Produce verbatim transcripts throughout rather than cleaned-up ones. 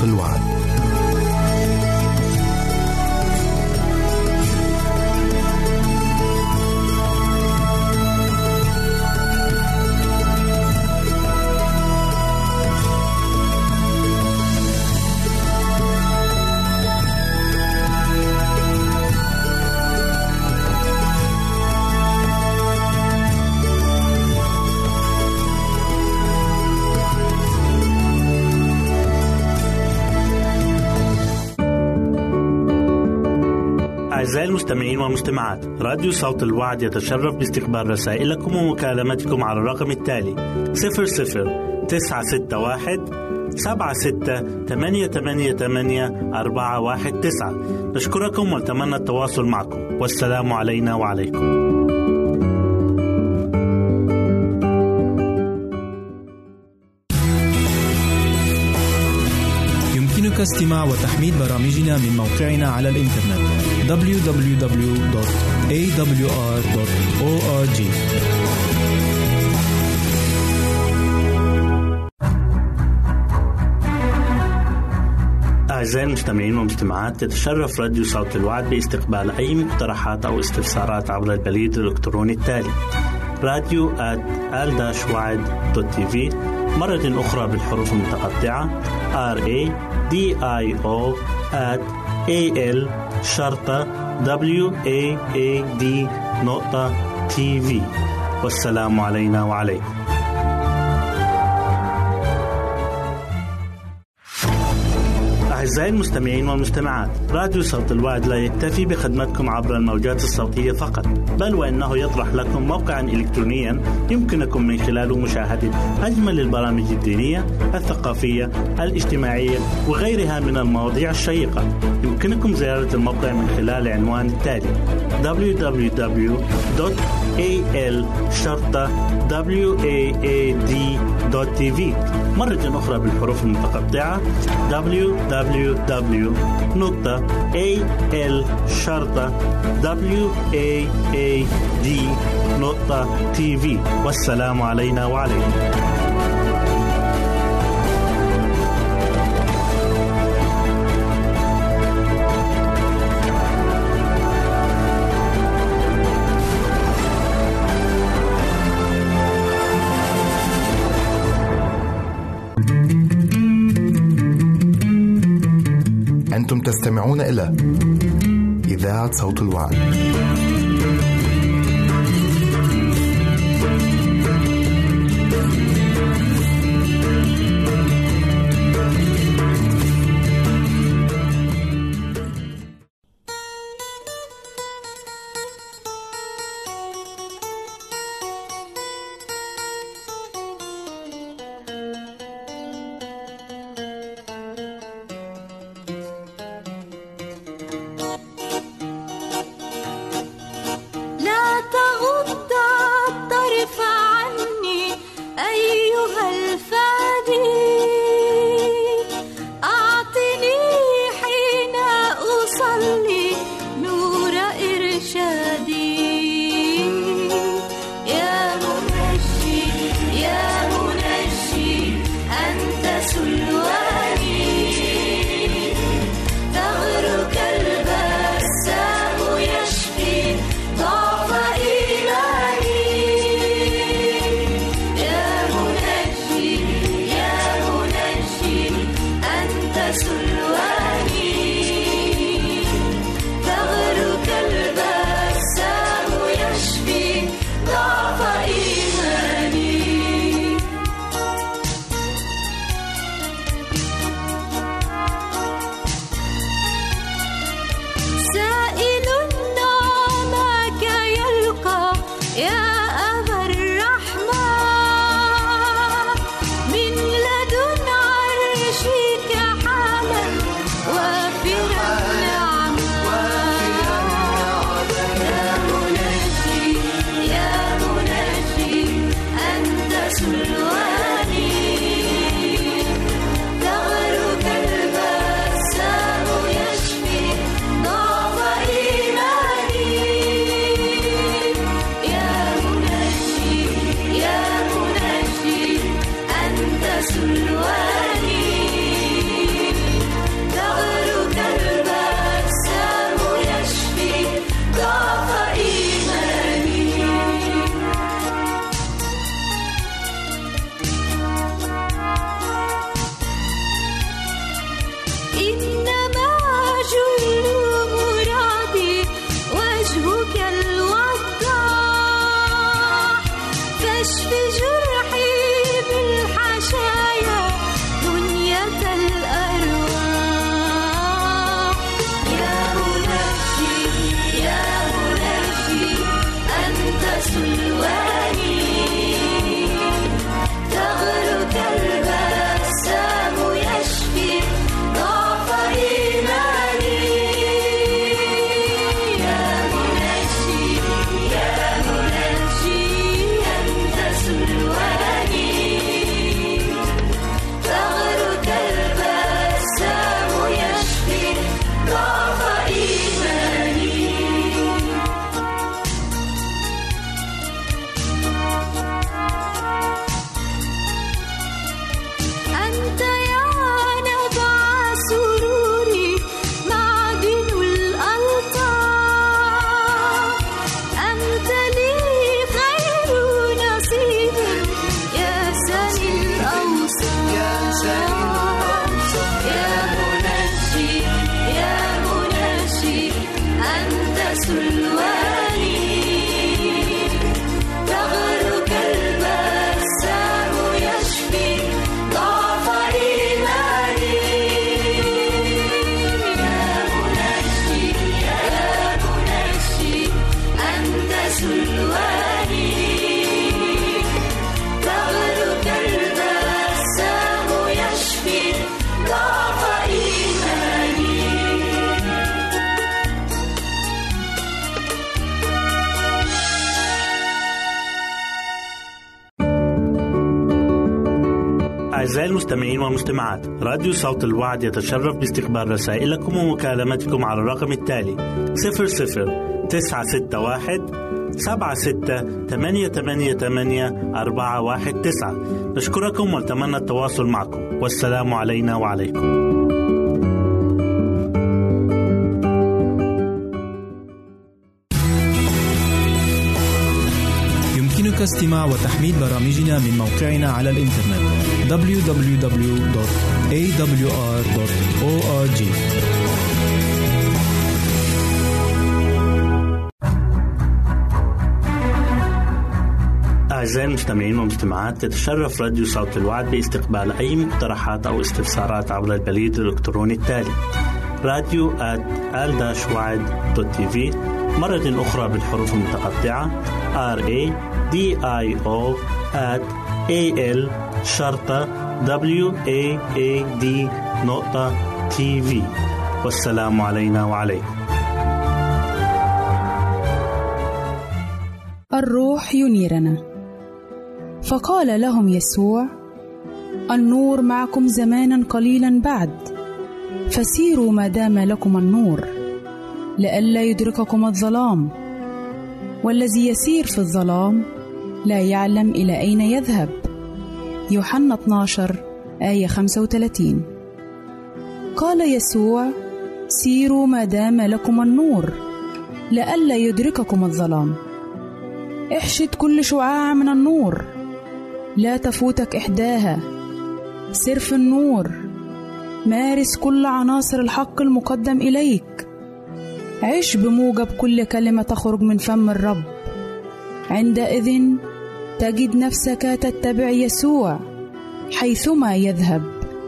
الوعد. أعزائي المستمعين والمستمعات، راديو صوت الوعد يتشرف باستقبال رسائلكم ومكالمتكم على الرقم التالي صفر صفر تسعة ستة واحد سبعة ستة ثمانية ثمانية ثمانية أربعة واحد تسعة. نشكركم ونتمنى التواصل معكم، والسلام علينا وعليكم. يمكنك استماع وتحميل برامجنا من موقعنا على الإنترنت دبليو دبليو دبليو دوت إيه دبليو آر دوت أو آر جي. أعزائي المستمعين والمستمعات، يتشرف راديو صوت الوعد باستقبال أي مقترحات أو استفسارات عبر البريد الإلكتروني التالي راديو آت آل وعد دوت تي في، مرة أخرى بالحروف المتقطعة R A D I O at A L شرطة W A A D نقطة تي في. والسلام علينا وعليكم. أعزائي المستمعين والمستمعات، راديو صوت الوعد لا يكتفي بخدمتكم عبر الموجات الصوتية فقط، بل وإنه يطرح لكم موقعا إلكترونيا يمكنكم من خلاله مشاهدة أجمل البرامج الدينية، الثقافية، الاجتماعية وغيرها من المواضيع الشيقة. يمكنكم زيارة الموقع من خلال عنوان التالي دبليو دبليو دبليو دوت إيه إل شرطة W A A D دوت تي في، مرة أخرى بالحروف المتقطعة دبليو دبليو دبليو دوت إيه إل شرطة W A A D دوت تي في. والسلام علينا وعليكم. أنتم تستمعون إلى إذاعة صوت الوعد. من لدن عرشك حالا أعزائي المستمعين والمستمعات، راديو صوت الوعد يتشرف باستقبال رسائلكم ومكالمتكم على الرقم التالي صفر صفر تسعة ستة واحد سبعة ستة ثمانية ثمانية ثمانية أربعة واحد تسعة. نشكركم ونتمنى التواصل معكم، والسلام علينا وعليكم. يمكنك استماع وتحميل برامجنا من موقعنا على الإنترنت دبليو دبليو دبليو دوت إيه دبليو آر دوت أو آر جي. أعزائي المستمعين والمستمعات، تتشرف راديو صوت الوعد باستقبال أي مقترحات أو استفسارات عبر البريد الإلكتروني التالي راديو آت آل وعد دوت تي في، مرة أخرى بالحروف المتقطعة R A D I O at A L شرطة W A A D نقطة تي في. والسلام علينا وعليكم. الروح ينيرنا. فقال لهم يسوع: النور معكم زمانا قليلا بعد، فسيروا ما دام لكم النور، لئلا يدرككم الظلام. والذي يسير في الظلام لا يعلم إلى أين يذهب. يوحنا اثنا عشر آية خمسة وثلاثين. قال يسوع: سيروا ما دام لكم النور، لئلا يدرككم الظلام. احشد كل شعاع من النور، لا تفوتك إحداها. سر في النور، مارس كل عناصر الحق المقدم إليك. عش بموجب كل كلمة تخرج من فم الرب. عندئذ تجد نفسك تتبع يسوع حيثما يذهب.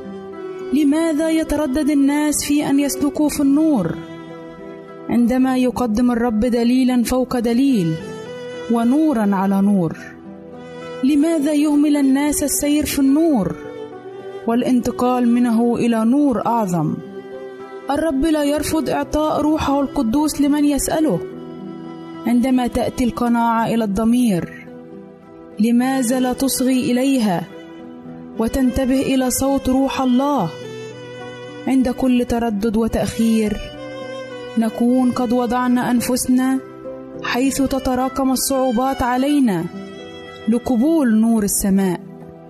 لماذا يتردد الناس في أن يسلكوا في النور عندما يقدم الرب دليلا فوق دليل ونورا على نور؟ لماذا يهمل الناس السير في النور والانتقال منه إلى نور أعظم؟ الرب لا يرفض إعطاء روحه القدوس لمن يسأله. عندما تأتي القناعة إلى الضمير، لماذا لا تصغي إليها وتنتبه إلى صوت روح الله؟ عند كل تردد وتأخير نكون قد وضعنا أنفسنا حيث تتراكم الصعوبات علينا لقبول نور السماء.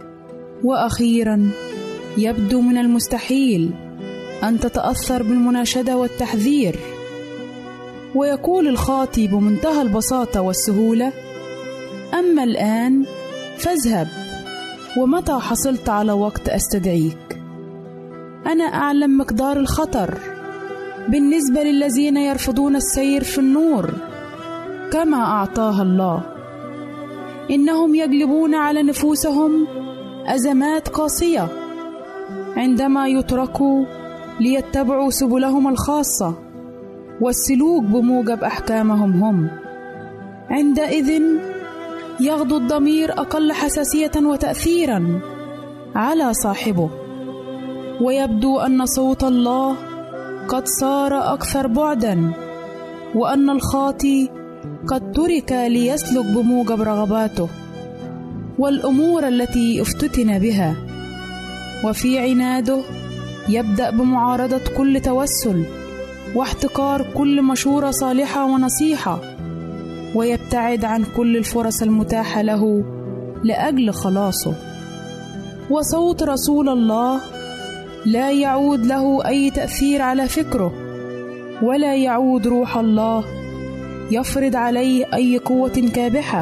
وأخيرا يبدو من المستحيل أن تتأثر بالمناشدة والتحذير، ويقول الخاطي بمنتهى البساطة والسهولة: أما الآن فاذهب، ومتى حصلت على وقت أستدعيك. أنا أعلم مقدار الخطر بالنسبة للذين يرفضون السير في النور كما أعطاها الله. إنهم يجلبون على نفوسهم أزمات قاسية عندما يتركوا ليتبعوا سبلهم الخاصة والسلوك بموجب أحكامهم هم. عندئذ يغدو الضمير أقل حساسية وتأثيرا على صاحبه، ويبدو أن صوت الله قد صار أكثر بعدا، وأن الخاطي قد ترك ليسلك بموجب رغباته والأمور التي افتتن بها. وفي عناده يبدأ بمعارضة كل توسل واحتقار كل مشورة صالحة ونصيحة، ويبتعد عن كل الفرص المتاحة له لأجل خلاصه. وصوت رسول الله لا يعود له أي تأثير على فكره، ولا يعود روح الله يفرض عليه أي قوة كابحة،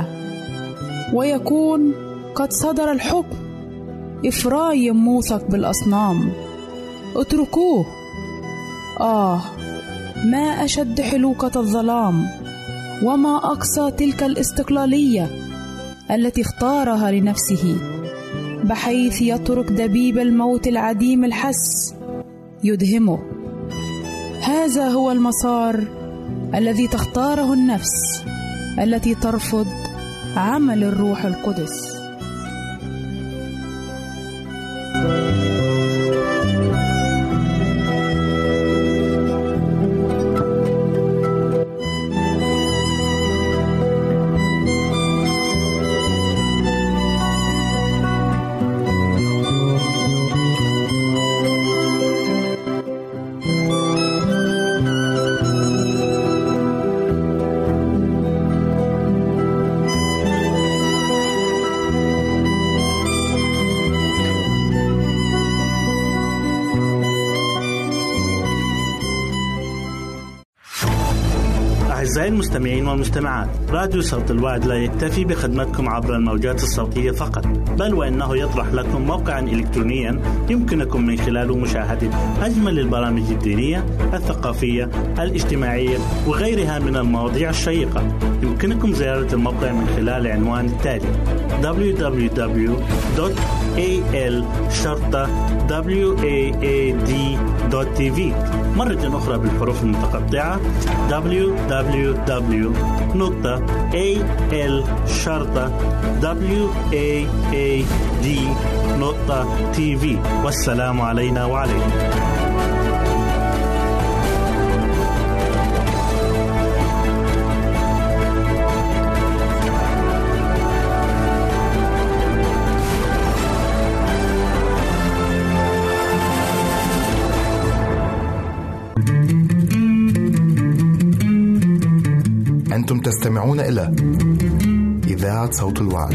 ويكون قد صدر الحكم: إفرايم موثق بالأصنام، اتركوه. آه، ما أشد حلوقة الظلام، وما أقصى تلك الاستقلالية التي اختارها لنفسه، بحيث يترك دبيب الموت العديم الحس يدهمه. هذا هو المسار الذي تختاره النفس التي ترفض عمل الروح القدس. أعزائي المستمعين والمستمعات، راديو صوت الوعد لا يكتفي بخدمتكم عبر الموجات الصوتية فقط، بل وإنه يطرح لكم موقعا إلكترونيا يمكنكم من خلاله مشاهدة أجمل البرامج الدينية، الثقافية، الاجتماعية وغيرها من المواضيع الشيقة. يمكنكم زيارة الموقع من خلال العنوان التالي دبليو دبليو دبليو دوت إيه إل شرطة واد دوت تي في. مرة أخرى بالحروف المتقطعة دبليو دبليو دبليو دوت إيه إل شرطة واد دوت تي في. والسلام علينا وعليكم. أنتم تستمعون إلى إذاعة صوت الوعد.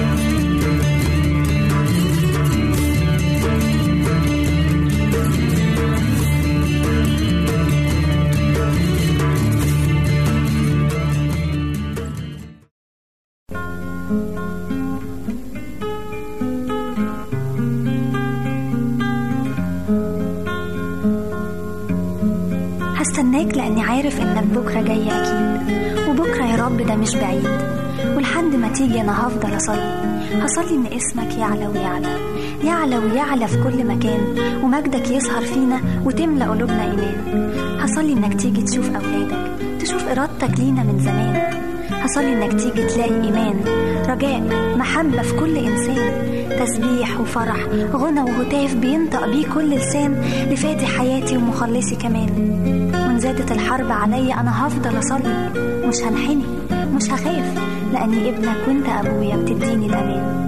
هستناك لأني عارف إنك بكرة جاي أكيد، وبكرة يا رب ده مش بعيد، ولحد ما تيجي أنا هفضل أصلي هصلي إن اسمك يعلى ويعلى يعلى ويعلى في كل مكان، ومجدك يظهر فينا وتملأ قلوبنا إيمان. هصلي إنك تيجي تشوف أولادك، تشوف إرادتك لينا من زمان. هصلي إنك تيجي تلاقي إيمان، رجاء، محبة في كل إنسان، تسبيح وفرح، غنى وهتاف بينطق بيه كل لسان لفادي حياتي ومخلصي كمان. وإن زادت الحرب عليا أنا هفضل أصلي، مش هنحني مش هخاف، لأني ابنك وإنت أبويا بتديني الأمان.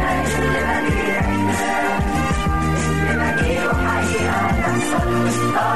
Oh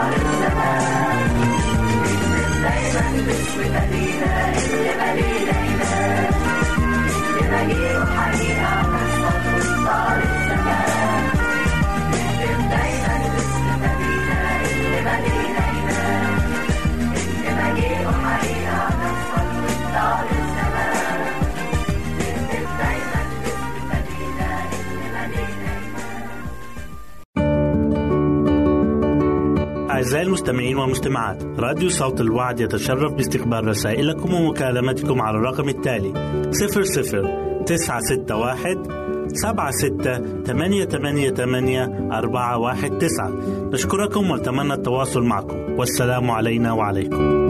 أعزائي المستمعين والمستمعات، راديو صوت الوعد يتشرف باستقبال رسائلكم ومكالمتكم على الرقم التالي صفر صفر تسعة ستة واحد سبعة ستة ثمانية ثمانية ثمانية أربعة واحد تسعة. نشكركم ونتمنى التواصل معكم، والسلام علينا وعليكم.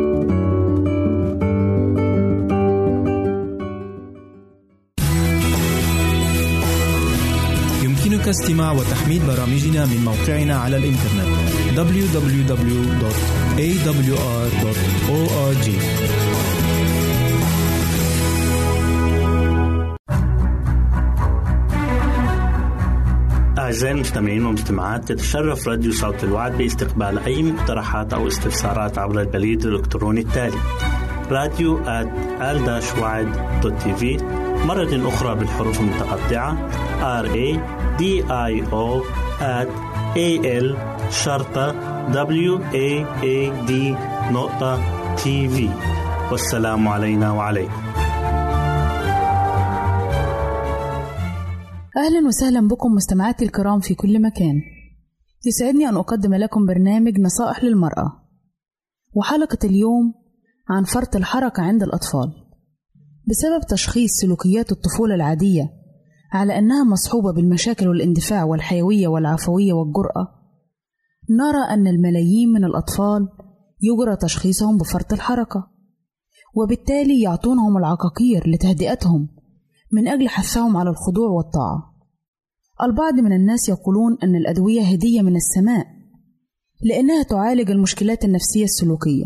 يمكنك استماع وتحميل برامجنا من موقعنا على الإنترنت دبليو دبليو دبليو دوت إيه دبليو آر دوت أو آر جي. أعزائي المستمعين والمستمعات، تتشرف راديو صوت الوعد باستقبال أي مقترحات أو استفسارات عبر البريد الإلكتروني التالي راديو آت آل وعد دوت تي في، مرة أخرى بالحروف المتقطعة R A D I O at A L شرطة W A A D نقطة تي في. والسلام علينا وعليكم. أهلا وسهلا بكم مستمعاتي الكرام في كل مكان. يسعدني أن أقدم لكم برنامج نصائح للمرأة، وحلقة اليوم عن فرط الحركة عند الأطفال. بسبب تشخيص سلوكيات الطفولة العادية على أنها مصحوبة بالمشاكل والاندفاع والحيوية والعفوية والجرأة، نرى أن الملايين من الأطفال يجرى تشخيصهم بفرط الحركة، وبالتالي يعطونهم العقاقير لتهدئتهم من أجل حثهم على الخضوع والطاعة. البعض من الناس يقولون أن الأدوية هدية من السماء لأنها تعالج المشكلات النفسية السلوكية،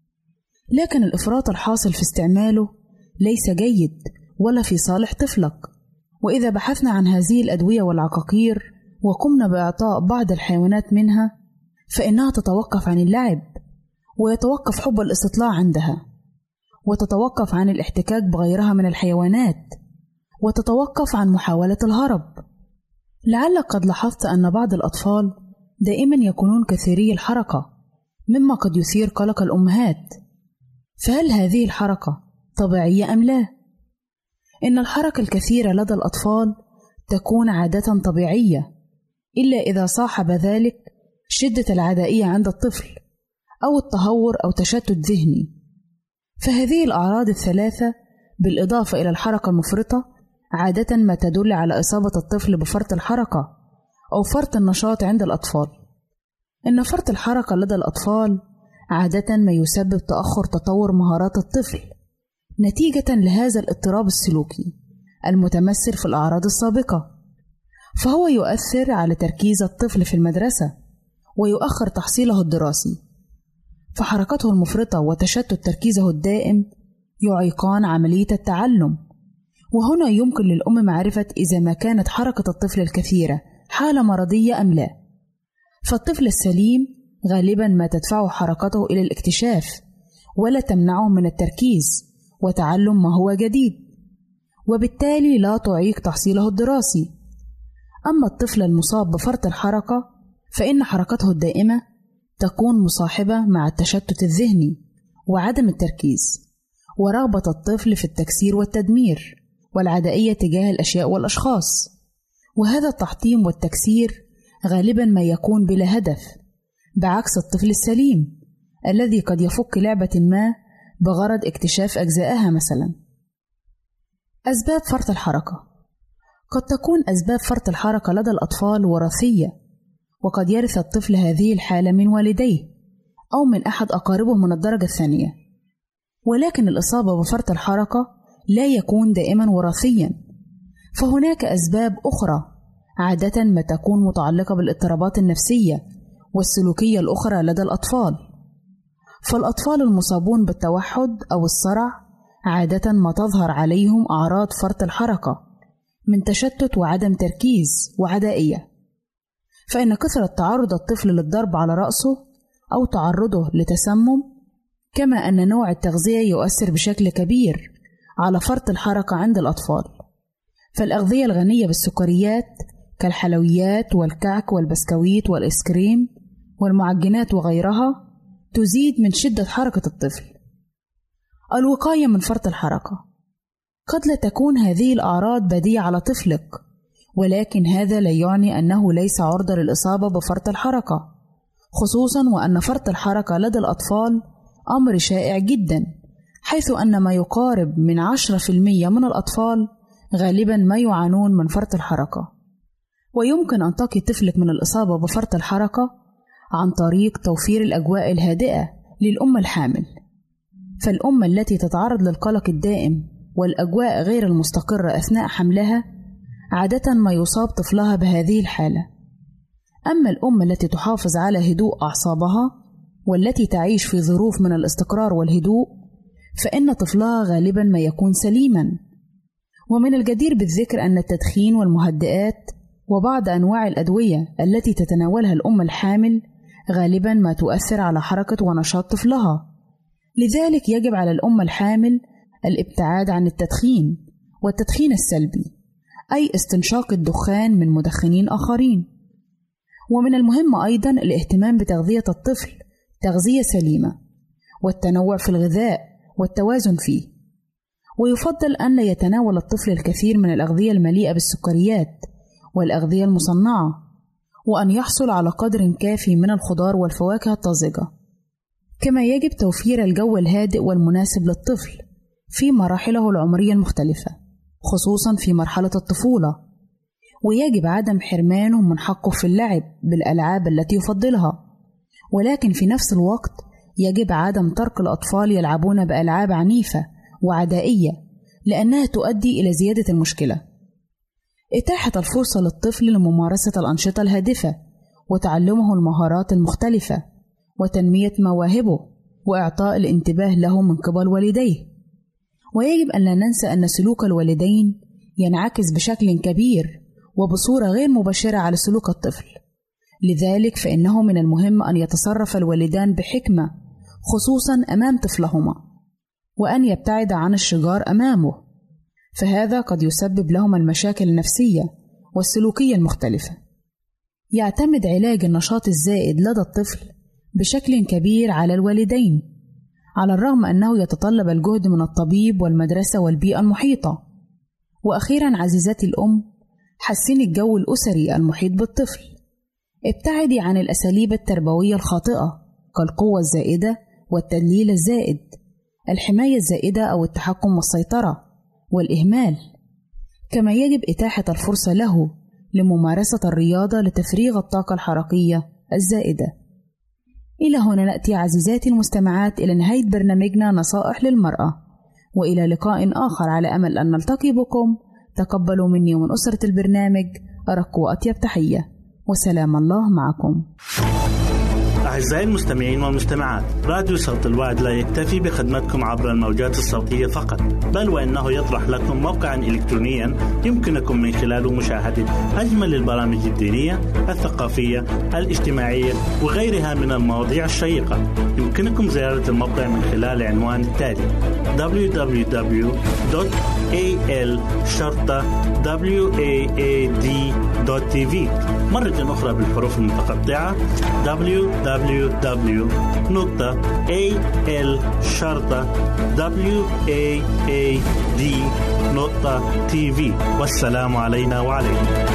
لكن الإفراط الحاصل في استعماله ليس جيد ولا في صالح طفلك. وإذا بحثنا عن هذه الأدوية والعقاقير وقمنا بإعطاء بعض الحيوانات منها، فإنها تتوقف عن اللعب، ويتوقف حب الاستطلاع عندها، وتتوقف عن الاحتكاك بغيرها من الحيوانات، وتتوقف عن محاولة الهرب. لعلك قد لاحظت أن بعض الأطفال دائما يكونون كثيري الحركة، مما قد يثير قلق الأمهات. فهل هذه الحركة طبيعية أم لا؟ إن الحركة الكثيرة لدى الأطفال تكون عادة طبيعية، إلا إذا صاحب ذلك شدة العدائية عند الطفل أو التهور أو تشتت ذهني. فهذه الأعراض الثلاثة بالإضافة إلى الحركة المفرطة عادة ما تدل على إصابة الطفل بفرط الحركة أو فرط النشاط عند الأطفال. إن فرط الحركة لدى الأطفال عادة ما يسبب تأخر تطور مهارات الطفل نتيجة لهذا الاضطراب السلوكي المتمثل في الأعراض السابقة، فهو يؤثر على تركيز الطفل في المدرسة ويؤخر تحصيله الدراسي. فحركته المفرطة وتشتت تركيزه الدائم يعيقان عملية التعلم. وهنا يمكن للأم معرفة إذا ما كانت حركة الطفل الكثيرة حالة مرضية أم لا. فالطفل السليم غالبا ما تدفعه حركته إلى الاكتشاف ولا تمنعه من التركيز وتعلم ما هو جديد، وبالتالي لا تعيق تحصيله الدراسي. أما الطفل المصاب بفرط الحركة فإن حركته الدائمة تكون مصاحبة مع التشتت الذهني وعدم التركيز، ورغبة الطفل في التكسير والتدمير والعدائية تجاه الأشياء والأشخاص. وهذا التحطيم والتكسير غالبا ما يكون بلا هدف، بعكس الطفل السليم الذي قد يفك لعبة ما بغرض اكتشاف أجزائها مثلا. أسباب فرط الحركة. قد تكون أسباب فرط الحركة لدى الأطفال وراثية، وقد يرث الطفل هذه الحالة من والديه أو من أحد أقاربه من الدرجة الثانية. ولكن الإصابة بفرط الحركة لا يكون دائما وراثيا، فهناك أسباب أخرى عادة ما تكون متعلقة بالاضطرابات النفسية والسلوكية الأخرى لدى الأطفال. فالأطفال المصابون بالتوحد أو الصرع عادة ما تظهر عليهم أعراض فرط الحركة من تشتت وعدم تركيز وعدائية. فإن كثرة تعرض الطفل للضرب على رأسه أو تعرضه لتسمم، كما أن نوع التغذية يؤثر بشكل كبير على فرط الحركة عند الأطفال. فالأغذية الغنية بالسكريات كالحلويات والكعك والبسكويت والإسكريم والمعجنات وغيرها تزيد من شدة حركة الطفل. الوقاية من فرط الحركة. قد لا تكون هذه الأعراض بديعة على طفلك، ولكن هذا لا يعني أنه ليس عرضة للإصابة بفرط الحركة، خصوصا وأن فرط الحركة لدى الأطفال أمر شائع جدا، حيث أن ما يقارب من عشرة في المية من الأطفال غالبا ما يعانون من فرط الحركة. ويمكن أن تقي طفلك من الإصابة بفرط الحركة عن طريق توفير الأجواء الهادئة للأم الحامل. فالأم التي تتعرض للقلق الدائم والأجواء غير المستقرة أثناء حملها عادة ما يصاب طفلها بهذه الحالة. أما الأم التي تحافظ على هدوء أعصابها والتي تعيش في ظروف من الاستقرار والهدوء فإن طفلها غالبا ما يكون سليما. ومن الجدير بالذكر أن التدخين والمهدئات وبعض أنواع الأدوية التي تتناولها الأم الحامل غالبا ما تؤثر على حركة ونشاط طفلها. لذلك يجب على الأم الحامل الابتعاد عن التدخين والتدخين السلبي، أي استنشاق الدخان من مدخنين آخرين. ومن المهم أيضا الاهتمام بتغذية الطفل تغذية سليمة والتنوع في الغذاء والتوازن فيه. ويفضل أن لا يتناول الطفل الكثير من الأغذية المليئة بالسكريات والأغذية المصنعة، وأن يحصل على قدر كافي من الخضار والفواكه الطازجة. كما يجب توفير الجو الهادئ والمناسب للطفل في مراحله العمرية المختلفة، خصوصا في مرحلة الطفولة. ويجب عدم حرمانه من حقه في اللعب بالألعاب التي يفضلها، ولكن في نفس الوقت يجب عدم ترك الأطفال يلعبون بألعاب عنيفة وعدائية لأنها تؤدي إلى زيادة المشكلة. إتاحة الفرصة للطفل لممارسة الأنشطة الهادفة وتعلمه المهارات المختلفة وتنمية مواهبه وإعطاء الانتباه له من قبل والديه. ويجب أن لا ننسى أن سلوك الوالدين ينعكس بشكل كبير وبصورة غير مباشرة على سلوك الطفل. لذلك فإنه من المهم أن يتصرف الوالدان بحكمة خصوصا أمام طفلهما، وأن يبتعد عن الشجار أمامه، فهذا قد يسبب لهم المشاكل النفسية والسلوكية المختلفة. يعتمد علاج النشاط الزائد لدى الطفل بشكل كبير على الوالدين، على الرغم أنه يتطلب الجهد من الطبيب والمدرسة والبيئة المحيطة. وأخيرا عزيزتي الأم، حسني الجو الأسري المحيط بالطفل. ابتعدي عن الأساليب التربوية الخاطئة كالقوة الزائدة والتدليل الزائد، الحماية الزائدة أو التحكم والسيطرة والإهمال. كما يجب إتاحة الفرصة له لممارسة الرياضة لتفريغ الطاقة الحركية الزائدة. إلى هنا نأتي عزيزاتي المستمعات إلى نهاية برنامجنا نصائح للمرأة، وإلى لقاء آخر على أمل أن نلتقي بكم. تقبلوا مني ومن أسرة البرنامج أرق وأطيب تحية، وسلام الله معكم. أعزائي المستمعين والمستمعات، راديو صوت الوعد لا يكتفي بخدمتكم عبر الموجات الصوتية فقط، بل وإنه يطرح لكم موقعا إلكترونيا يمكنكم من خلاله مشاهدة أجمل البرامج الدينية، الثقافية، الاجتماعية وغيرها من المواضيع الشيقة. يمكنكم زيارة الموقع من خلال العنوان التالي دبليو دبليو دبليو دوت إيه إل شرطة واد دوت تي في. مرة أخرى بالحروف المتقطعة دبليو دبليو دبليو دوت إيه إل شرطة واد دوت تي في. والسلام علينا وعليكم.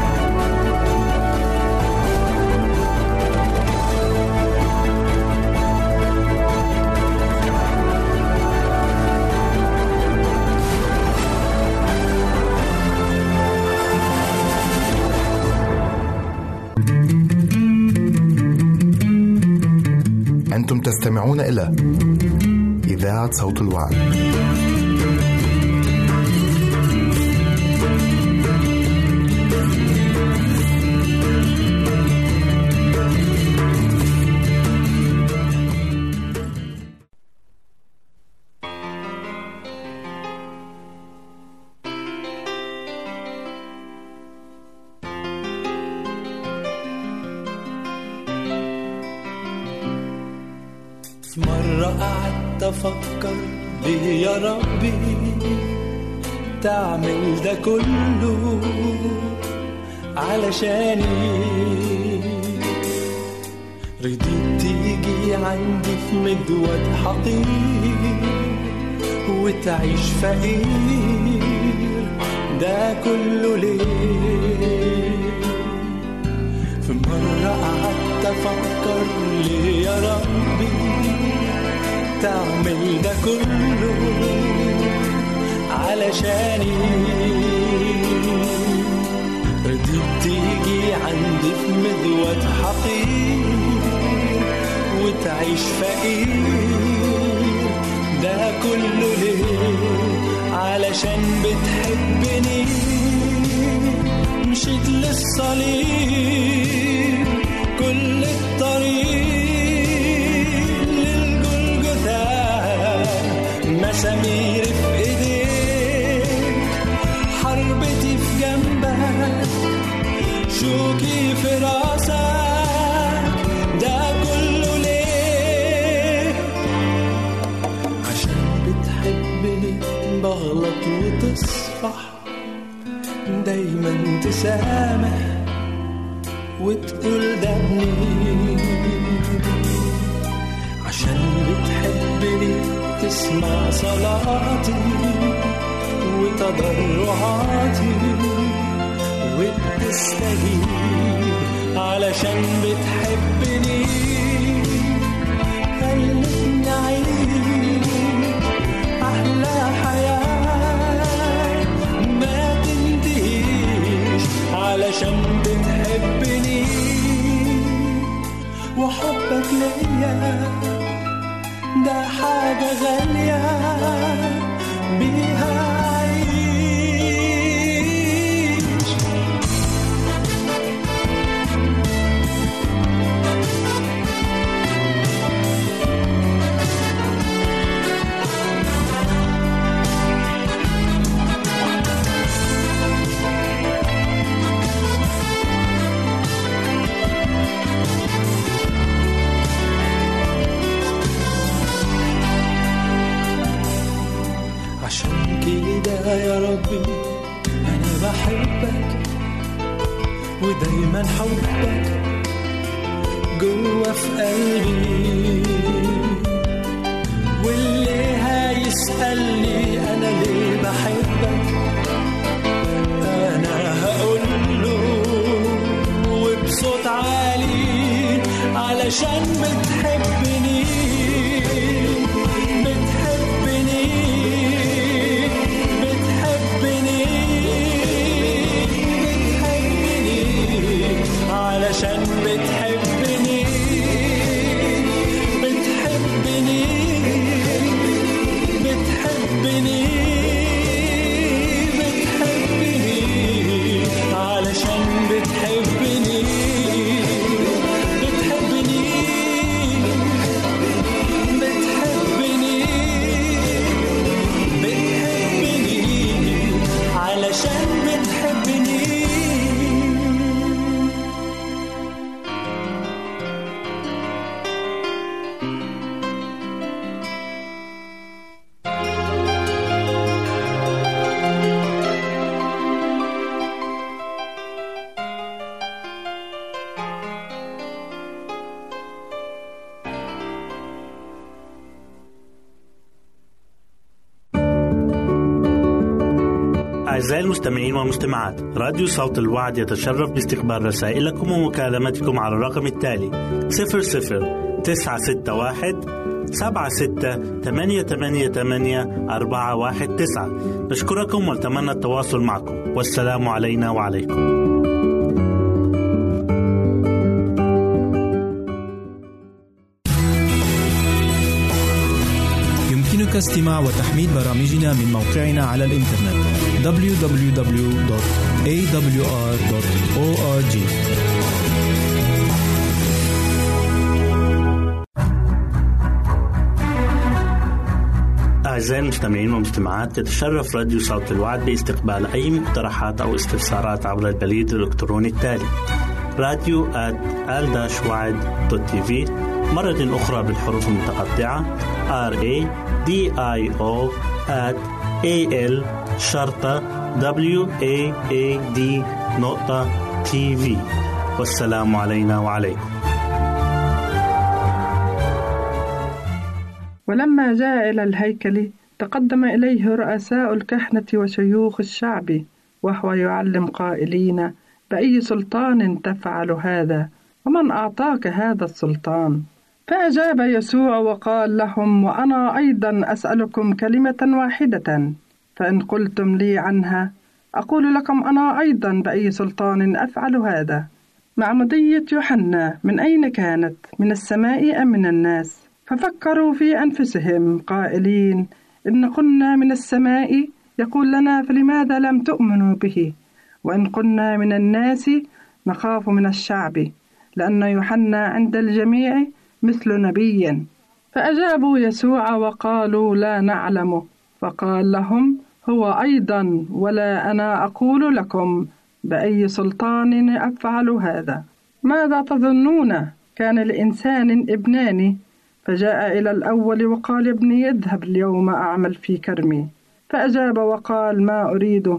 أنتم تستمعون إلى إذاعة صوت الوعد. مرة قعدت أفكر ليه يا ربي تعمل ده كله علشاني، رضيت تيجي عندي في مدود حقير وتعيش فقير، ده كله ليه؟ في مرة قعدت أفكر ليه ده كله علشاني. رضيت تيجي عندي في مذود حقير وتعيش فقير، ده كله ليه؟ علشان بتحبني. مشيت للصليب كل الطريق للجلجثة، مسامير في ايديك، حربتي في جنبك، شوكي في راسك، ده كله ليه؟ عشان بتحبني بغلط وتصفح، دايما تسامح وتقول ده ابني. عشان بتحبني تسمع صلاتي وتضرعاتي وتستجيب. علشان بتحبني خلتني أعيش أحلى حياة ما تنتهيش. علشان بتحبني وحبك ليا ده حاجة غالية بيها عيش. يا ربي أنا بحبك ودايما حبك جوا في قلبي. واللي هيسألني أنا ليه بحبك، أنا هقوله وبصوت عالي علشان بتحبني. علشان بتحبني بتحبني بتحبني بتحبني علشان بتحبني بتحبني بتحبني بتحبني علشان بتحبني. أعزائي المستمعين والمستمعات، راديو صوت الوعد يتشرف باستقبال رسائلكم ومكالمتكم على الرقم التالي صفر صفر تسعة ستة واحد سبعة ستة ثمانية ثمانية ثمانية أربعة واحد تسعة. نشكركم ونتمنى التواصل معكم، والسلام علينا وعليكم. يمكنك استماع وتحميل برامجنا من موقعنا على الإنترنت دبليو دبليو دبليو دوت إيه دبليو آر دوت أو آر جي. أعزائي المستمعين والمستمعات، يتشرف راديو صوت الوعد باستقبال أي مقترحات أو استفسارات عبر البريد الإلكتروني التالي راديو آت آل وعد دوت تي في، مرة أخرى بالحروف المتقطعة R A D I O at A L شرطة W A A D نقطة تي في. والسلام علينا وعليكم. ولما جاء إلى الهيكل تقدم إليه رؤساء الكهنة وشيوخ الشعب وهو يعلم قائلين: بأي سلطان تفعل هذا؟ ومن أعطاك هذا السلطان؟ فأجاب يسوع وقال لهم: وأنا أيضا أسألكم كلمة واحدة، فإن قلتم لي عنها أقول لكم أنا أيضا بأي سلطان أفعل هذا. معمودية يوحنا من أين كانت؟ من السماء أم من الناس؟ ففكروا في أنفسهم قائلين: إن قلنا من السماء يقول لنا فلماذا لم تؤمنوا به؟ وإن قلنا من الناس نخاف من الشعب، لأن يوحنا عند الجميع مثل نبي. فأجابوا يسوع وقالوا: لا نعلم. فقال لهم: هو أيضا ولا أنا أقول لكم بأي سلطان أفعل هذا. ماذا تظنون؟ كان لإنسان ابنان، فجاء إلى الأول وقال: ابني اذهب اليوم أعمل في كرمي. فأجاب وقال: ما أريده،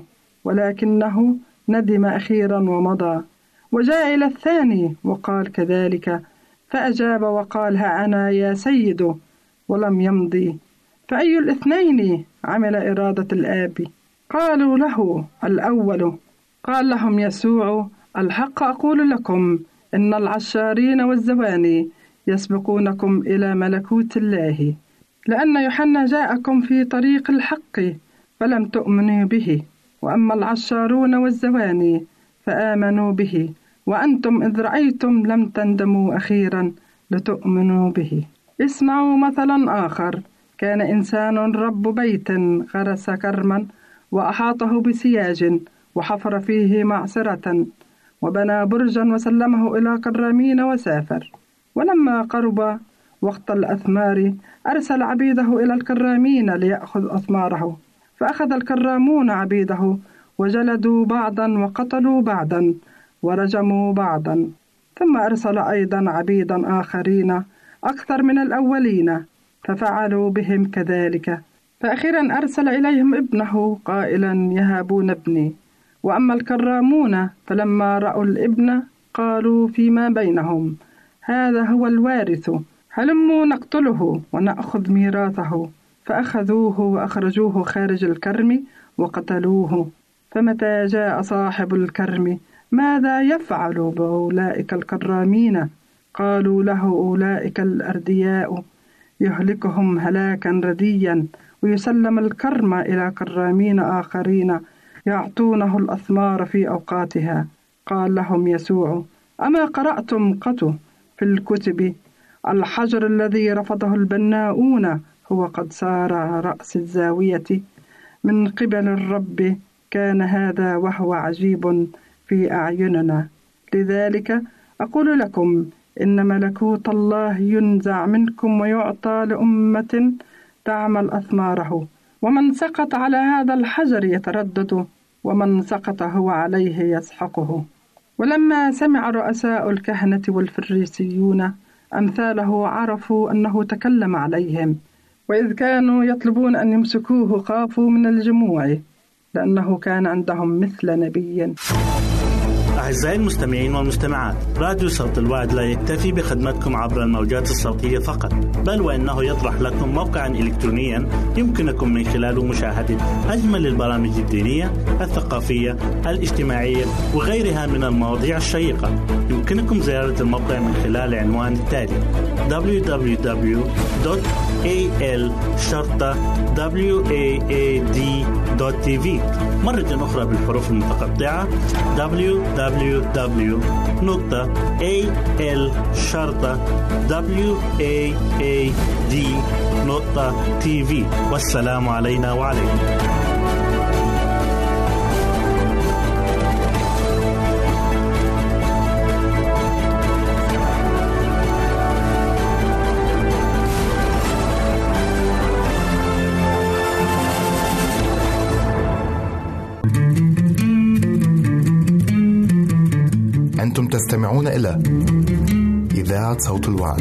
ولكنه ندم أخيرا ومضى. وجاء إلى الثاني وقال كذلك، فأجاب وقال: ها أنا يا سيد، ولم يمضي. فأي الاثنين عمل إرادة الآب؟ قالوا له: الأول. قال لهم يسوع: الحق أقول لكم إن العشارين والزواني يسبقونكم إلى ملكوت الله. لأن يوحنا جاءكم في طريق الحق فلم تؤمنوا به، وأما العشارون والزواني فآمنوا به، وأنتم إذ رأيتم لم تندموا أخيرا لتؤمنوا به. اسمعوا مثلا آخر. كان إنسان رب بيت غرس كرما وأحاطه بسياج وحفر فيه معصرة وبنى برجا وسلمه إلى كرامين وسافر. ولما قرب وقت الأثمار أرسل عبيده إلى الكرامين ليأخذ أثماره. فأخذ الكرامون عبيده وجلدوا بعضا وقتلوا بعضا ورجموا بعضا. ثم أرسل أيضا عبيدا آخرين أكثر من الأولين، ففعلوا بهم كذلك. فأخيرا أرسل إليهم ابنه قائلا: يهابون ابني. وأما الكرامون فلما رأوا الابن قالوا فيما بينهم: هذا هو الوارث، هلموا نقتله ونأخذ ميراثه. فأخذوه وأخرجوه خارج الكرم وقتلوه. فمتى جاء صاحب الكرم ماذا يفعل بأولئك الكرامين؟ قالوا له: أولئك الأردياء يهلكهم هلاكا رديا، ويسلم الكرم إلى كرامين آخرين يعطونه الأثمار في أوقاتها. قال لهم يسوع: أما قرأتم قط في الكتب الحجر الذي رفضه البناؤون هو قد صار رأس الزاوية؟ من قبل الرب كان هذا، وهو عجيب في أعيننا. لذلك أقول لكم إن ملكوت الله ينزع منكم ويعطى لأمة تعمل أثماره. ومن سقط على هذا الحجر يتردد، ومن سقط هو عليه يسحقه. ولما سمع رؤساء الكهنة والفريسيون أمثاله عرفوا أنه تكلم عليهم، وإذ كانوا يطلبون أن يمسكوه خافوا من الجموع، لأنه كان عندهم مثل نبي. أعزائي المستمعين والمستمعات، راديو صوت الوعد لا يكتفي بخدمتكم عبر الموجات الصوتية فقط، بل وإنه يطرح لكم موقعا إلكترونيا يمكنكم من خلاله مشاهدة أجمل البرامج الدينية، الثقافية، الاجتماعية وغيرها من المواضيع الشيقة. يمكنكم زيارة الموقع من خلال العنوان التالي: دبليو دبليو دبليو دوت إيه إل شرطة واد دوت تي في. مرة أخرى بالحروف المتقطعة: دبليو دبليو دبليو دوت إيه إل شرطة واد دوت تي في. والسلام علينا وعليكم. أنتم تستمعون إلى إذاعة صوت الوعد.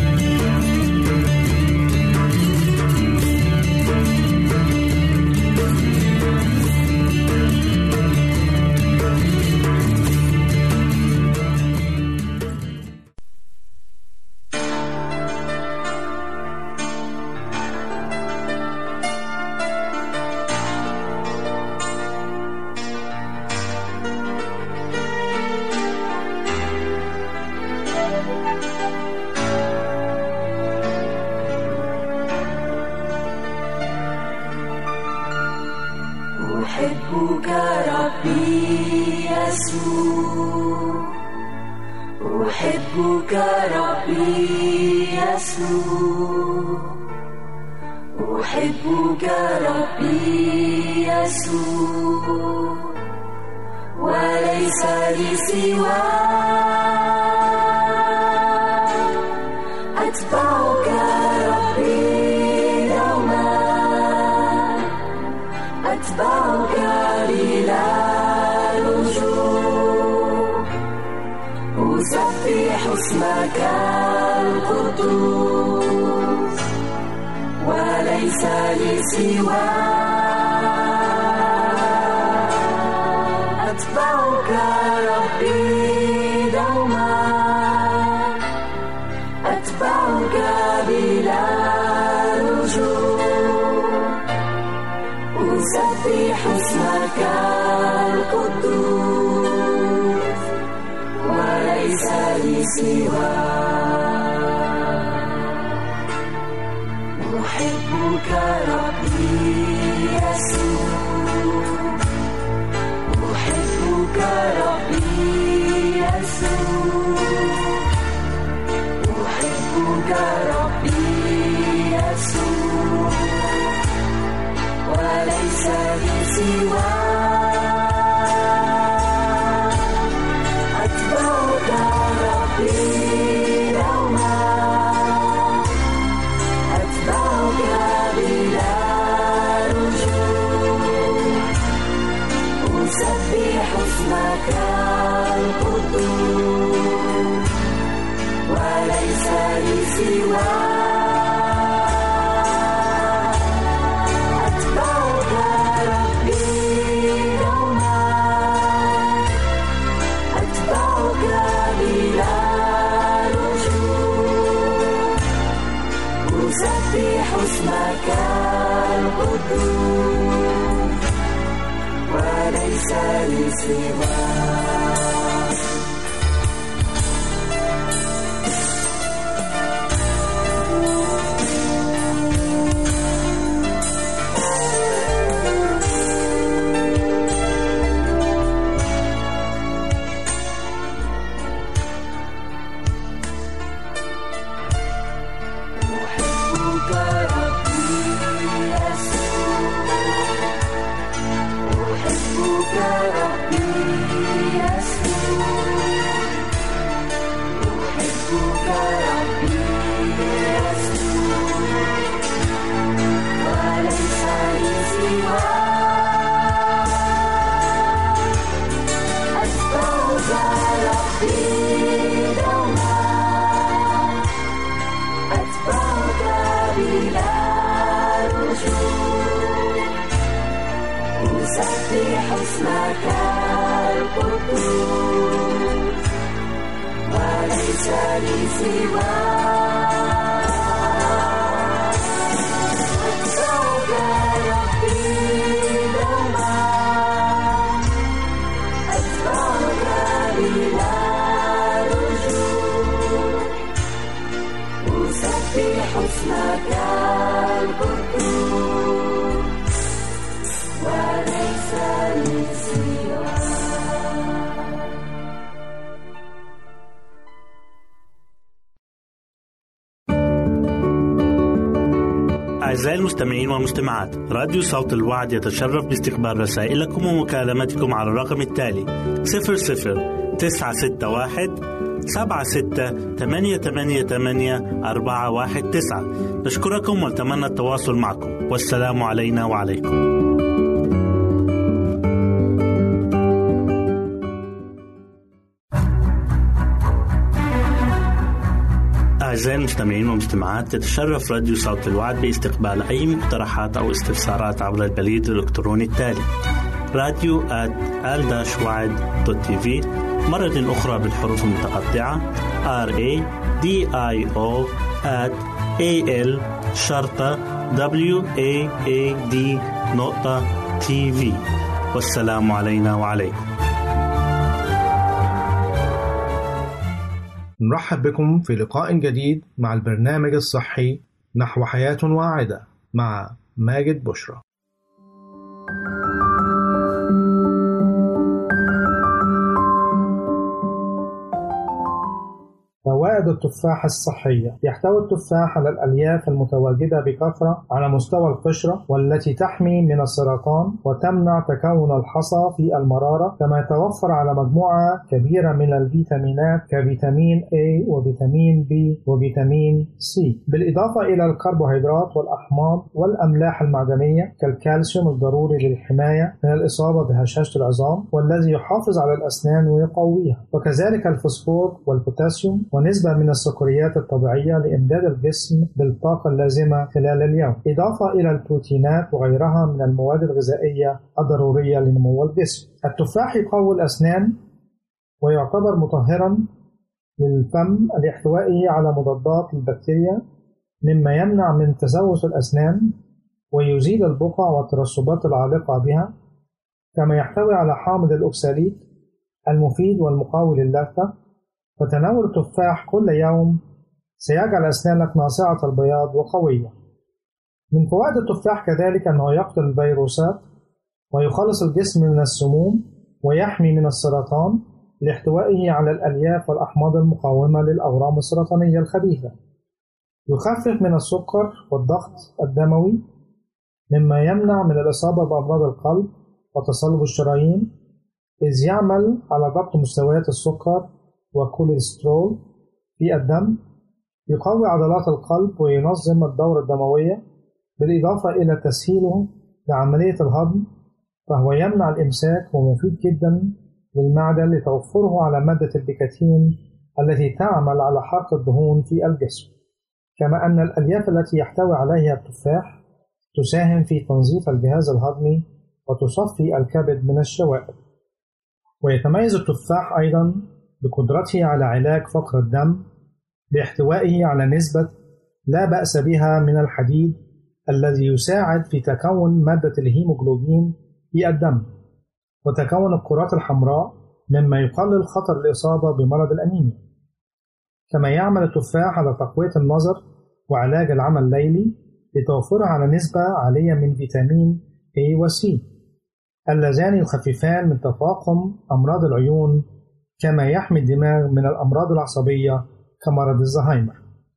أحبك ربي يسوع، أحبك ربي يسوع، وليس لي سواك، أتبعك ربي دوما، أتبعك بلا رجوع، أسبح اسمك القدوس، وليس لي سواك، أتبعك ربي دوما، أتبعك بلا رجوع، أسبح اسمك القدوس، وليس لي سواك. أحبك ربي يسوع، أحبك ربي يسوع، أحبك ربي يسوع، وليس لي سواك، أتبعك ربي دوما، أتبعك بلا رجوع، أسبح اسمك القدوس، وليس لي سواك، أتبعك ربي دوما، أتبعك بلا رجوع، أسبح اسمك القدوس، وليس لي سواك. أسبح اسمك القدوس، وليس لي سواك، أتبعك ربي دوما، أتبعك بلا رجوع، أسبح اسمك القدوس، وليس لي سواك. أعزائي المستمعين والمستمعات، راديو صوت الوعد يتشرف باستقبال رسائلكم ومكالمتكم على الرقم التالي صفر صفر تسعة ستة واحد سبعة ستة ثمانية ثمانية ثمانية أربعة واحد تسعة. نشكركم ونتمنى التواصل معكم، والسلام علينا وعليكم. أعزائي المستمعين والمستمعات، تتشرف راديو صوت الوعد باستقبال أي مقترحات أو استفسارات عبر البريد الإلكتروني التالي راديو آت آل وعد دوت تي في، مرة أخرى بالحروف المتقطعة R A D I O at A L شرطة W A A D نقطة تي في. والسلام علينا وعليكم. نرحب بكم في لقاء جديد مع البرنامج الصحي نحو حياة واعدة مع ماجد بشرى. فوائد التفاح الصحية: يحتوي التفاح على الألياف المتواجدة بكثرة على مستوى القشرة والتي تحمي من السرطان وتمنع تكون الحصى في المرارة، كما يتوفر على مجموعة كبيرة من الفيتامينات كفيتامين A وفيتامين B وفيتامين C، بالإضافة إلى الكربوهيدرات والأحماض والأملاح المعدنية كالكالسيوم الضروري للحماية من الإصابة بهشاشة العظام والذي يحافظ على الأسنان ويقويها، وكذلك الفوسفور والبوتاسيوم ونسبة من السكريات الطبيعية لإمداد الجسم بالطاقة اللازمة خلال اليوم، إضافة إلى البروتينات وغيرها من المواد الغذائية الضرورية لنمو الجسم. التفاح يقوي الأسنان ويعتبر مطهرا للفم لاحتوائه على مضادات البكتيريا مما يمنع من تسوس الأسنان ويزيل البقع والترسبات العالقة بها، كما يحتوي على حامض الأوكساليت المفيد والمقاوي للثة. فتناول التفاح كل يوم سيجعل أسنانك ناصعة البياض وقوية. من فوائد التفاح كذلك أنه يقتل الفيروسات ويخلص الجسم من السموم ويحمي من السرطان لاحتوائه على الألياف والأحماض المقاومة للأورام السرطانية الخبيثة. يخفف من السكر والضغط الدموي مما يمنع من الإصابة بأمراض القلب وتصلب الشرايين، إذ يعمل على ضبط مستويات السكر والكوليسترول في الدم. يقوي عضلات القلب وينظم الدورة الدموية، بالإضافة إلى تسهيله لعملية الهضم، فهو يمنع الإمساك ومفيد جدا للمعدة لتوفره على مادة البيكاتين التي تعمل على حرق الدهون في الجسم. كما أن الألياف التي يحتوي عليها التفاح تساهم في تنظيف الجهاز الهضمي وتصفي الكبد من الشوائب. ويتميز التفاح أيضا بقدرته على علاج فقر الدم باحتوائه على نسبة لا بأس بها من الحديد الذي يساعد في تكون مادة الهيموغلوبين في الدم وتكون الكرات الحمراء مما يقلل خطر الإصابة بمرض الأنيميا. كما يعمل التفاح على تقوية النظر وعلاج العمى الليلي لتوفره على نسبة عالية من فيتامين A و C اللذان يخففان من تفاقم أمراض العيون، كما يحمي الدماغ من الأمراض العصبية كمرض الزهايمر.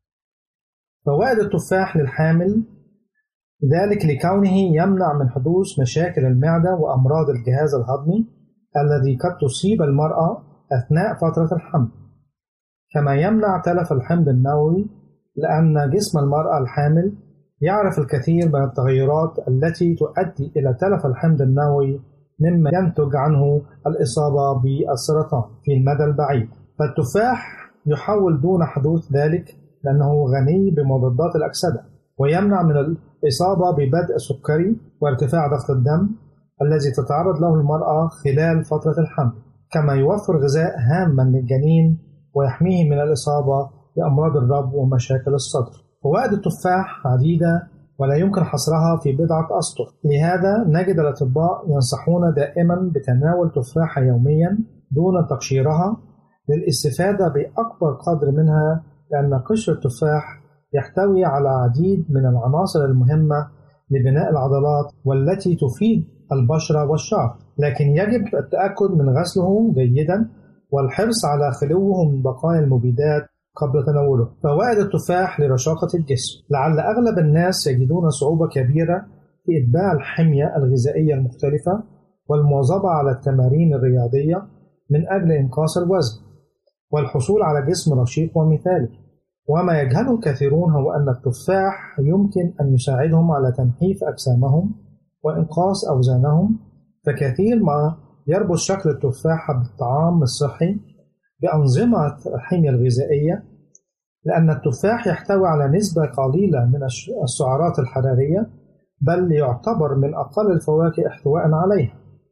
فوائد التفاح للحامل: ذلك لكونه يمنع من حدوث مشاكل المعدة وأمراض الجهاز الهضمي الذي قد تصيب المرأة أثناء فترة الحمل، كما يمنع تلف الحمض النووي لأن جسم المرأة الحامل يعرف الكثير من التغيرات التي تؤدي إلى تلف الحمض النووي مما ينتج عنه الإصابة بالسرطان في المدى البعيد. فالتفاح يحول دون حدوث ذلك لأنه غني بمضادات الأكسدة ويمنع من الإصابة ببدء سكري وارتفاع ضغط الدم الذي تتعرض له المرأة خلال فترة الحمل، كما يوفر غذاء هاما للجنين ويحميه من الإصابة بأمراض الرب ومشاكل الصدر. فوائد التفاح عديدة ولا يمكن حصرها في بضعة أسطر، لهذا نجد الأطباء ينصحون دائما بتناول تفاحة يوميا دون تقشيرها للاستفادة بأكبر قدر منها، لأن قشر التفاح يحتوي على عديد من العناصر المهمة لبناء العضلات والتي تفيد البشرة والشعر، لكن يجب التأكد من غسله جيدا والحرص على خلوه من بقايا المبيدات قبل تناوله. فوائد التفاح لرشاقة الجسم: لعل أغلب الناس يجدون صعوبة كبيرة في إتباع الحمية الغذائية المختلفة والمواظبة على التمارين الرياضية من أجل إنقاص الوزن والحصول على جسم رشيق ومثالي، وما يجهله الكثيرون هو أن التفاح يمكن أن يساعدهم على تنحيف أجسامهم وإنقاص أوزانهم. فكثير ما يربط شكل التفاحة بالطعام الصحي بأنظمة الحمية الغذائية، لأن التفاح يحتوي على نسبة قليلة من السعرات الحرارية، بل يعتبر من أقل الفواكه احتواء عليها،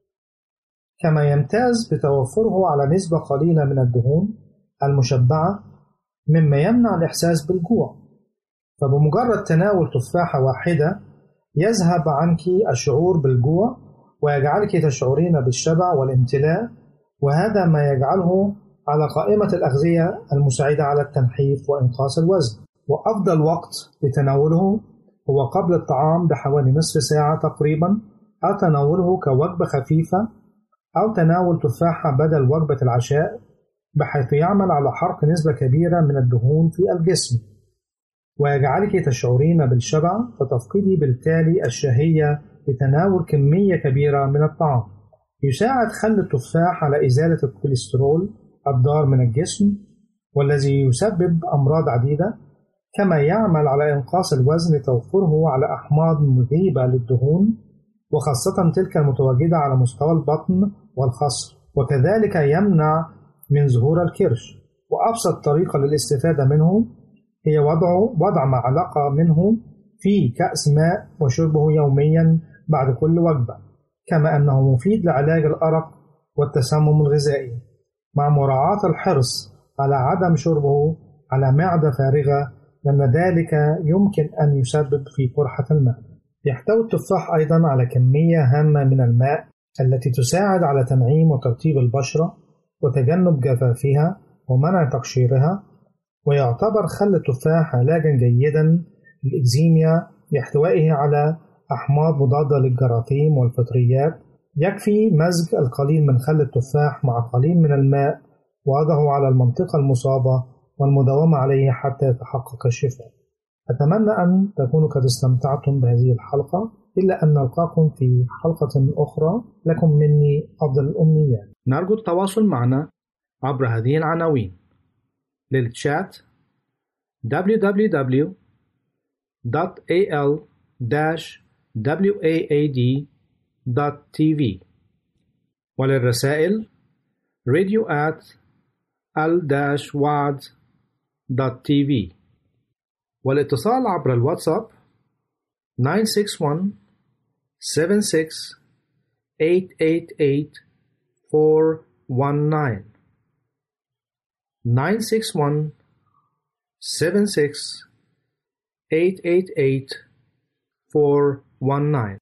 كما يمتاز بتوفره على نسبة قليلة من الدهون المشبعة مما يمنع الإحساس بالجوع. فبمجرد تناول تفاحة واحدة يذهب عنك الشعور بالجوع ويجعلك تشعرين بالشبع والامتلاء، وهذا ما يجعله على قائمة الأغذية المساعدة على التنحيف وإنقاص الوزن. وأفضل وقت لتناوله هو قبل الطعام بحوالي نصف ساعة تقريبا، أو تناوله كوجبة خفيفة، أو تناول تفاحة بدل وجبة العشاء بحيث يعمل على حرق نسبة كبيرة من الدهون في الجسم ويجعلك تشعرين بالشبع، فتفقدي بالتالي الشهية لتناول كمية كبيرة من الطعام. يساعد خل التفاح على إزالة الكوليسترول الضار من الجسم والذي يسبب أمراض عديدة، كما يعمل على إنقاص الوزن لتوفره على أحماض مذيبة للدهون وخاصة تلك المتواجدة على مستوى البطن والخصر، وكذلك يمنع من ظهور الكرش. وأبسط طريقة للاستفادة منه هي وضعه وضع معلقة منه في كأس ماء وشربه يوميا بعد كل وجبة، كما أنه مفيد لعلاج الأرق والتسمم الغذائي، مع مراعاة الحرص على عدم شربه على معدة فارغة، لأن ذلك يمكن أن يسبب في قرحة الماء. يحتوي التفاح أيضا على كمية هامة من الماء التي تساعد على تنعيم وترطيب البشرة وتجنب جفافها ومنع تقشيرها، ويعتبر خل التفاح علاجا جيدا للإكزيميا لاحتوائه على أحماض مضادة للجراثيم والفطريات. يكفي مزج القليل من خل التفاح مع قليل من الماء ووضعه على المنطقة المصابة والمداومة عليه حتى يتحقق الشفاء. أتمنى أن تكونوا قد استمتعتم بهذه الحلقة، إلا أن نلقاكم في حلقة أخرى. لكم مني أفضل الأمنيات. نرجو التواصل معنا عبر هذه العناوين: للتشات دبليو دبليو دبليو دوت إيه إل واد دوت تي في، وللرسائل radio at ال واد دوت تي في، والاتصال عبر الواتساب nine six one seven six eight eight eight four one nine nine six one seven six eight eight eight four one nine.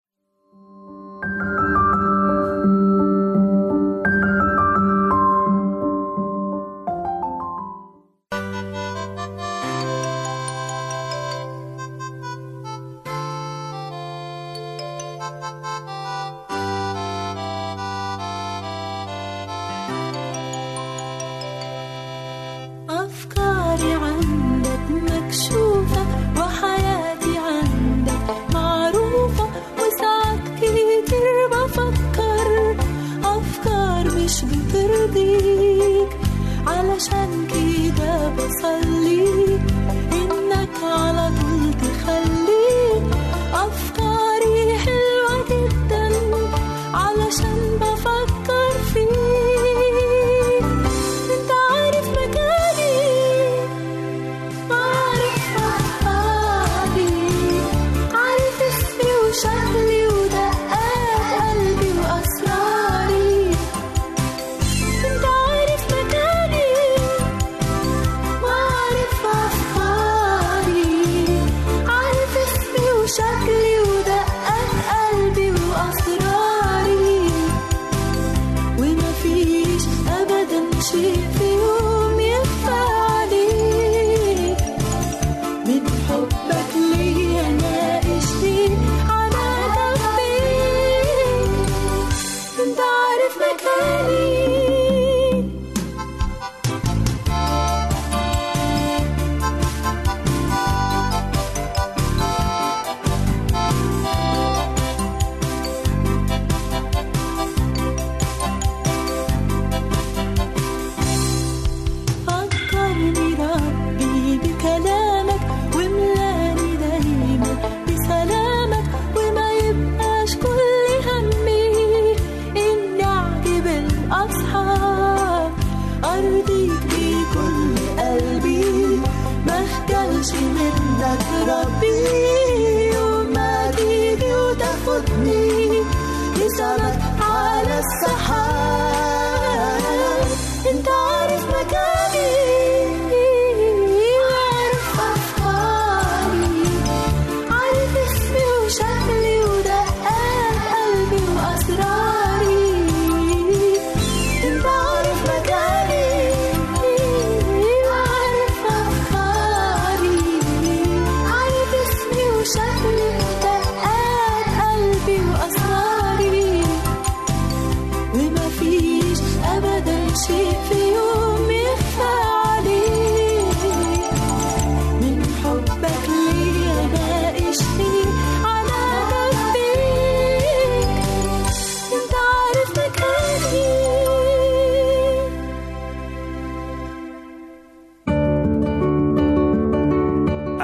اسمي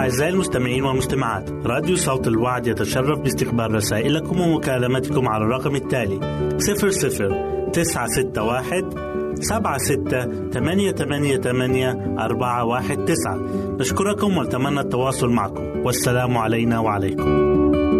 أعزائي المستمعين والمستمعات، راديو صوت الوعد يتشرف باستقبال رسائلكم ومكالمتكم على الرقم التالي صفر صفر تسعة ستة واحد سبعة ستة ثمانية ثمانية ثمانية أربعة واحد تسعة. نشكركم ونتمنى التواصل معكم، والسلام علينا وعليكم.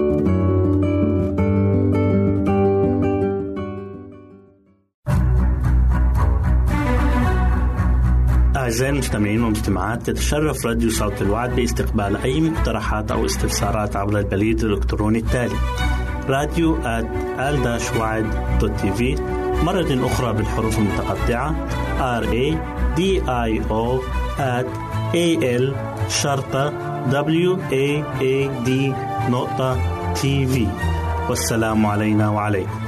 أعزائي المستمعين والمستمعات، تتشرف راديو صوت الوعد باستقبال أي مقترحات أو استفسارات عبر البريد الإلكتروني التالي راديو آت آل وعد دوت تي في، مرة أخرى بالحروف المتقطعة R A D I O at A L شرطة W A A D نقطة تي في. والسلام علينا وعليكم.